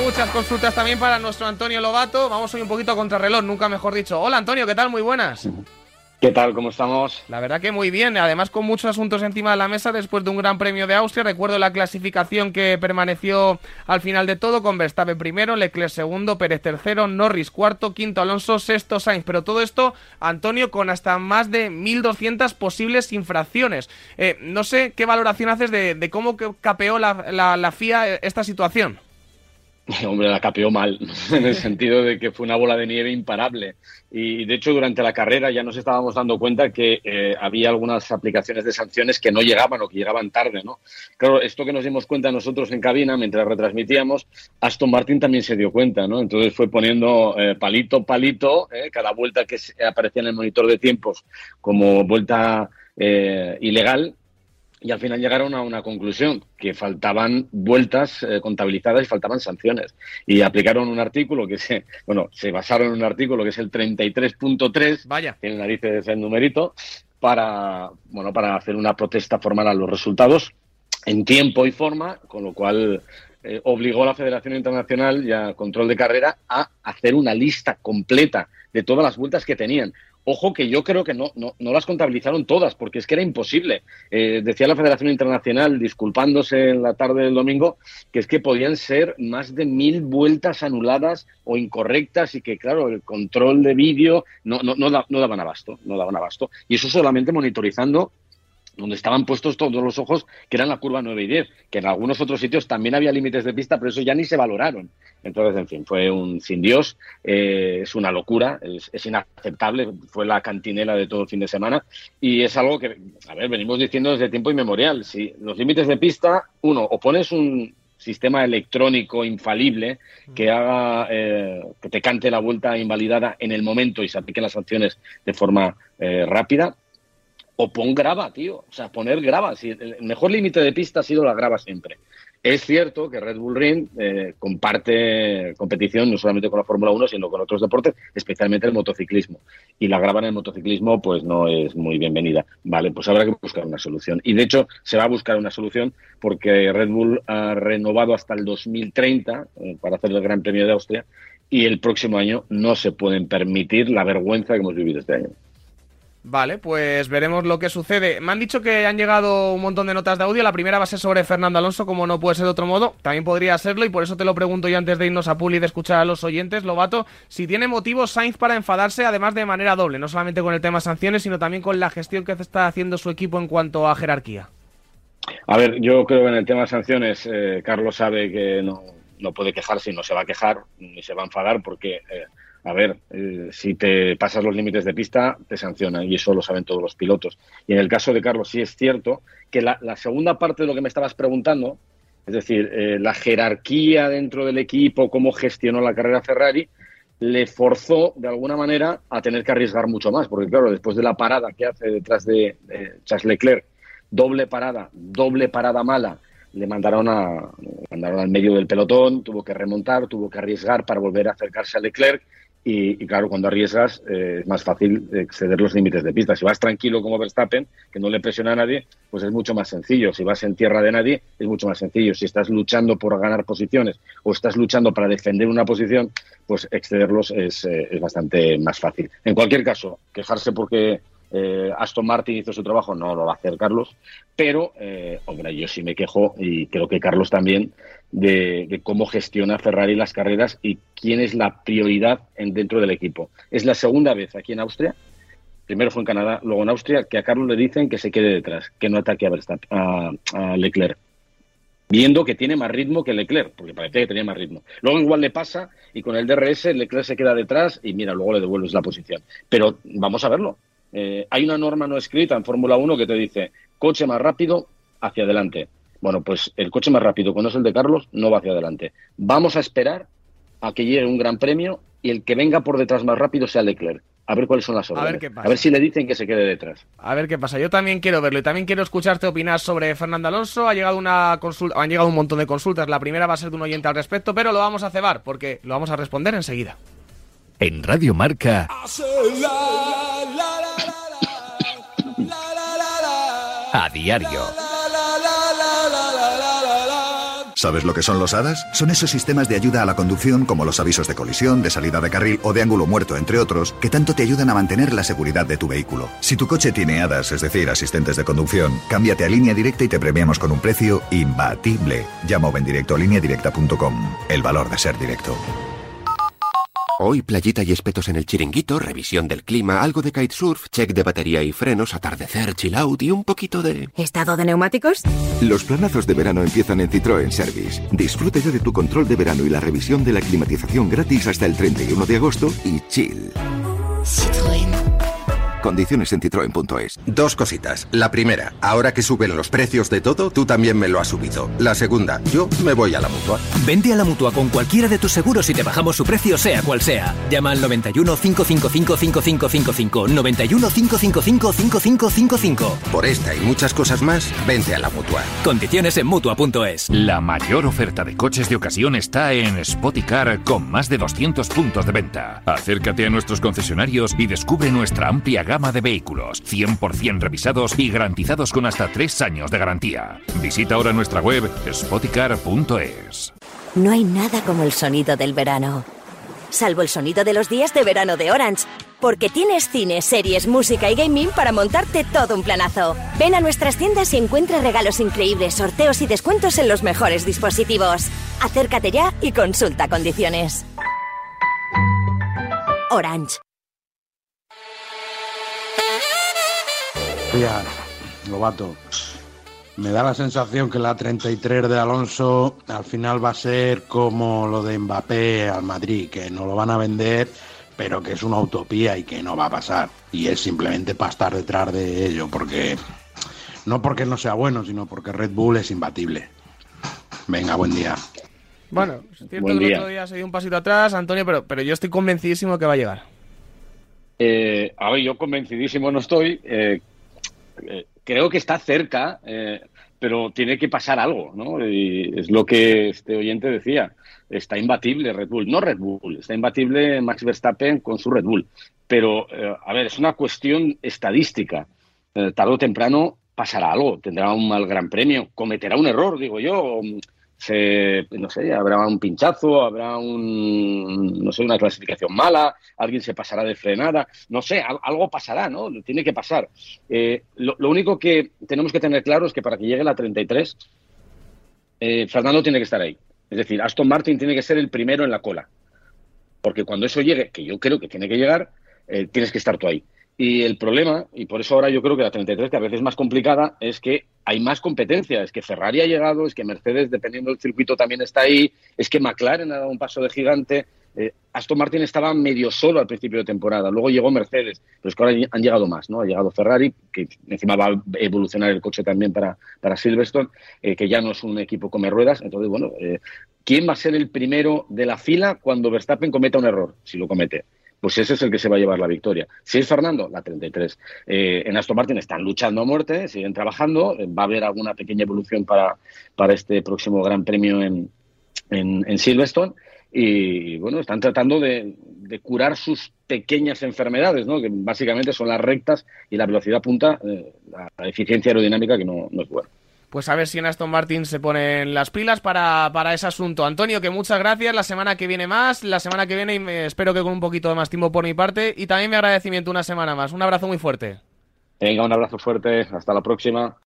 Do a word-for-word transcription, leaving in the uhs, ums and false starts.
muchas consultas también para nuestro Antonio Lobato. Vamos hoy un poquito a contrarreloj, nunca mejor dicho. Hola Antonio, ¿qué tal? Muy buenas. ¿Qué tal? ¿Cómo estamos? La verdad que muy bien, además con muchos asuntos encima de la mesa después de un Gran Premio de Austria. Recuerdo la clasificación que permaneció al final de todo, con Verstappen primero, Leclerc segundo, Pérez tercero, Norris cuarto, quinto Alonso, sexto Sainz. Pero todo esto, Antonio, con hasta más de mil doscientas posibles infracciones. Eh, no sé qué valoración haces de, de cómo capeó la, la, la F I A esta situación. Hombre, la capeó mal, en el sentido de que fue una bola de nieve imparable. Y, de hecho, durante la carrera ya nos estábamos dando cuenta que eh, había algunas aplicaciones de sanciones que no llegaban o que llegaban tarde, ¿no? Claro, esto que nos dimos cuenta nosotros en cabina mientras retransmitíamos, Aston Martin también se dio cuenta, ¿no? Entonces fue poniendo eh, palito, palito, eh, cada vuelta que aparecía en el monitor de tiempos como vuelta eh, ilegal. Y al final llegaron a una conclusión, que faltaban vueltas eh, contabilizadas y faltaban sanciones. Y aplicaron un artículo que se, bueno, se basaron en un artículo que es el treinta y tres punto tres, Vaya. tiene narices el numerito, para, bueno, para hacer una protesta formal a los resultados en tiempo y forma, con lo cual eh, obligó a la Federación Internacional y a Control de Carrera a hacer una lista completa de todas las vueltas que tenían. Ojo que yo creo que no, no, no las contabilizaron todas, porque es que era imposible. Eh, decía la Federación Internacional, disculpándose en la tarde del domingo, que es que podían ser más de mil vueltas anuladas o incorrectas y que, claro, el control de vídeo no, no, no, da, no daban abasto, no daban abasto. Y eso solamente monitorizando donde estaban puestos todos los ojos, que eran la curva nueve y diez, que en algunos otros sitios también había límites de pista, pero eso ya ni se valoraron. Entonces, en fin, fue un sin Dios, eh, es una locura, es, es inaceptable, fue la cantinela de todo el fin de semana, y es algo que, a ver, venimos diciendo desde tiempo inmemorial. Si los límites de pista, uno, o pones un sistema electrónico infalible que haga eh, que te cante la vuelta invalidada en el momento y se apliquen las sanciones de forma eh, rápida, o pon grava, tío. O sea, poner grava. Si el mejor límite de pista ha sido la grava siempre. Es cierto que Red Bull Ring eh, comparte competición no solamente con la Fórmula uno, sino con otros deportes, especialmente el motociclismo. Y la grava en el motociclismo pues no es muy bienvenida. Vale, pues habrá que buscar una solución. Y de hecho se va a buscar una solución porque Red Bull ha renovado hasta el dos mil treinta eh, para hacer el Gran Premio de Austria, y el próximo año no se pueden permitir la vergüenza que hemos vivido este año. Vale, pues veremos lo que sucede. Me han dicho que han llegado un montón de notas de audio. La primera va a ser sobre Fernando Alonso, como no puede ser de otro modo. También podría serlo, y por eso te lo pregunto yo antes de irnos a Puli y de escuchar a los oyentes, Lobato, si tiene motivos Sainz para enfadarse, además de manera doble, no solamente con el tema sanciones, sino también con la gestión que está haciendo su equipo en cuanto a jerarquía. A ver, yo creo que en el tema de sanciones, eh, Carlos sabe que no, no puede quejarse y no se va a quejar, ni se va a enfadar, porque... Eh, A ver, eh, si te pasas los límites de pista, te sancionan, y eso lo saben todos los pilotos. Y en el caso de Carlos, sí es cierto que la, la segunda parte de lo que me estabas preguntando, es decir, eh, la jerarquía dentro del equipo, cómo gestionó la carrera Ferrari, le forzó de alguna manera a tener que arriesgar mucho más, porque claro, después de la parada que hace detrás de, de Charles Leclerc, doble parada, doble parada mala, le mandaron, a, le mandaron al medio del pelotón, tuvo que remontar, tuvo que arriesgar para volver a acercarse a Leclerc. Y, y claro, cuando arriesgas eh, es más fácil exceder los límites de pista. Si vas tranquilo como Verstappen, que no le presiona a nadie, pues es mucho más sencillo. Si vas en tierra de nadie, es mucho más sencillo. Si estás luchando por ganar posiciones o estás luchando para defender una posición, pues excederlos es, eh, es bastante más fácil. En cualquier caso, quejarse porque eh, Aston Martin hizo su trabajo, no lo va a hacer Carlos, pero, eh, hombre, yo sí me quejo, y creo que Carlos también, De, de cómo gestiona Ferrari las carreras y quién es la prioridad en, dentro del equipo. Es la segunda vez aquí en Austria, primero fue en Canadá, luego en Austria, que a Carlos le dicen que se quede detrás, que no ataque a Verstappen, a, a Leclerc, viendo que tiene más ritmo que Leclerc, porque parecía que tenía más ritmo. Luego igual le pasa y con el D R S Leclerc se queda detrás y mira, luego le devuelves la posición. Pero vamos a verlo. Eh, hay una norma no escrita en Fórmula uno que te dice coche más rápido hacia adelante. Bueno, pues el coche más rápido, cuando es el de Carlos, no va hacia adelante. Vamos a esperar a que llegue un gran premio y el que venga por detrás más rápido sea Leclerc. A ver cuáles son las órdenes. A ver qué pasa. A ver si le dicen que se quede detrás. A ver qué pasa. Yo también quiero verlo y también quiero escucharte opinar sobre Fernando Alonso. Ha llegado una consulta, han llegado un montón de consultas. La primera va a ser de un oyente al respecto, pero lo vamos a cebar porque lo vamos a responder enseguida. En Radio Marca, a diario. ¿Sabes lo que son los A D A S? Son esos sistemas de ayuda a la conducción como los avisos de colisión, de salida de carril o de ángulo muerto, entre otros, que tanto te ayudan a mantener la seguridad de tu vehículo. Si tu coche tiene A D A S, es decir, asistentes de conducción, cámbiate a Línea Directa y te premiamos con un precio imbatible. Llama o ven directo a línea directa punto com. El valor de ser directo. Hoy playita y espetos en el chiringuito, revisión del clima, algo de kitesurf, check de batería y frenos, atardecer, chill out y un poquito de... ¿Estado de neumáticos? Los planazos de verano empiezan en Citroën Service. Disfruta ya de tu control de verano y la revisión de la climatización gratis hasta el treinta y uno de agosto y chill. Citroën. Condiciones en citroen punto es. Dos cositas. La primera, ahora que suben los precios de todo, tú también me lo has subido. La segunda, yo me voy a la Mutua. Vente a la Mutua con cualquiera de tus seguros y te bajamos su precio sea cual sea. Llama al noventa y uno, cinco cinco cinco, cinco cinco cinco cinco, noventa y uno, cinco cinco cinco, cinco cinco cinco cinco. Por esta y muchas cosas más, vente a la Mutua. Condiciones en Mutua punto es. La mayor oferta de coches de ocasión está en Spoticar, con más de doscientos puntos de venta. Acércate a nuestros concesionarios y descubre nuestra amplia gama de vehículos, cien por ciento revisados y garantizados con hasta tres años de garantía. Visita ahora nuestra web spoticar punto es. No hay nada como el sonido del verano. Salvo el sonido de los días de verano de Orange. Porque tienes cine, series, música y gaming para montarte todo un planazo. Ven a nuestras tiendas y encuentra regalos increíbles, sorteos y descuentos en los mejores dispositivos. Acércate ya y consulta condiciones. Orange. Ya, Lobato, me da la sensación que la treinta y tres de Alonso al final va a ser como lo de Mbappé al Madrid, que no lo van a vender, pero que es una utopía y que no va a pasar. Y es simplemente para estar detrás de ello, porque no porque no sea bueno, sino porque Red Bull es imbatible. Venga, buen día. Bueno, es cierto Buen que el día. otro día se dio un pasito atrás, Antonio, pero, pero yo estoy convencidísimo que va a llegar. Eh, a ver, yo convencidísimo no estoy. Eh, eh, creo que está cerca, eh, pero tiene que pasar algo, ¿no? Y es lo que este oyente decía. Está imbatible Red Bull. No Red Bull, está imbatible Max Verstappen con su Red Bull. Pero, eh, a ver, es una cuestión estadística. Eh, tarde o temprano pasará algo. Tendrá un mal gran premio. Cometerá un error, digo yo. Se, no sé, habrá un pinchazo, habrá un, no sé, una clasificación mala, alguien se pasará de frenada, no sé, algo pasará, ¿no? Tiene que pasar. Eh, lo, lo único que tenemos que tener claro es que para que llegue la treinta y tres, eh, Fernando tiene que estar ahí. Es decir, Aston Martin tiene que ser el primero en la cola. Porque cuando eso llegue, que yo creo que tiene que llegar, eh, tienes que estar tú ahí. Y el problema, y por eso ahora yo creo que la treinta y tres, que a veces es más complicada, es que hay más competencia. Es que Ferrari ha llegado, es que Mercedes, dependiendo del circuito, también está ahí, es que McLaren ha dado un paso de gigante. Eh, Aston Martin estaba medio solo al principio de temporada, luego llegó Mercedes, pero es que ahora han llegado más, ¿no? Ha llegado Ferrari, que encima va a evolucionar el coche también para, para Silverstone, eh, que ya no es un equipo come ruedas. Entonces, bueno, eh, ¿quién va a ser el primero de la fila cuando Verstappen cometa un error? Si lo comete. Pues ese es el que se va a llevar la victoria. Si es Fernando, la treinta y tres. Eh, en Aston Martin están luchando a muerte, siguen trabajando, eh, va a haber alguna pequeña evolución para, para este próximo Gran Premio en, en, en Silverstone y, bueno, están tratando de, de curar sus pequeñas enfermedades, ¿no? Que básicamente son las rectas y la velocidad punta, eh, la, la eficiencia aerodinámica que no, no es buena. Pues a ver si en Aston Martin se ponen las pilas para, para ese asunto. Antonio, que muchas gracias. La semana que viene más. La semana que viene y me, espero que con un poquito de más tiempo por mi parte. Y también mi agradecimiento una semana más. Un abrazo muy fuerte. Venga, un abrazo fuerte. Hasta la próxima.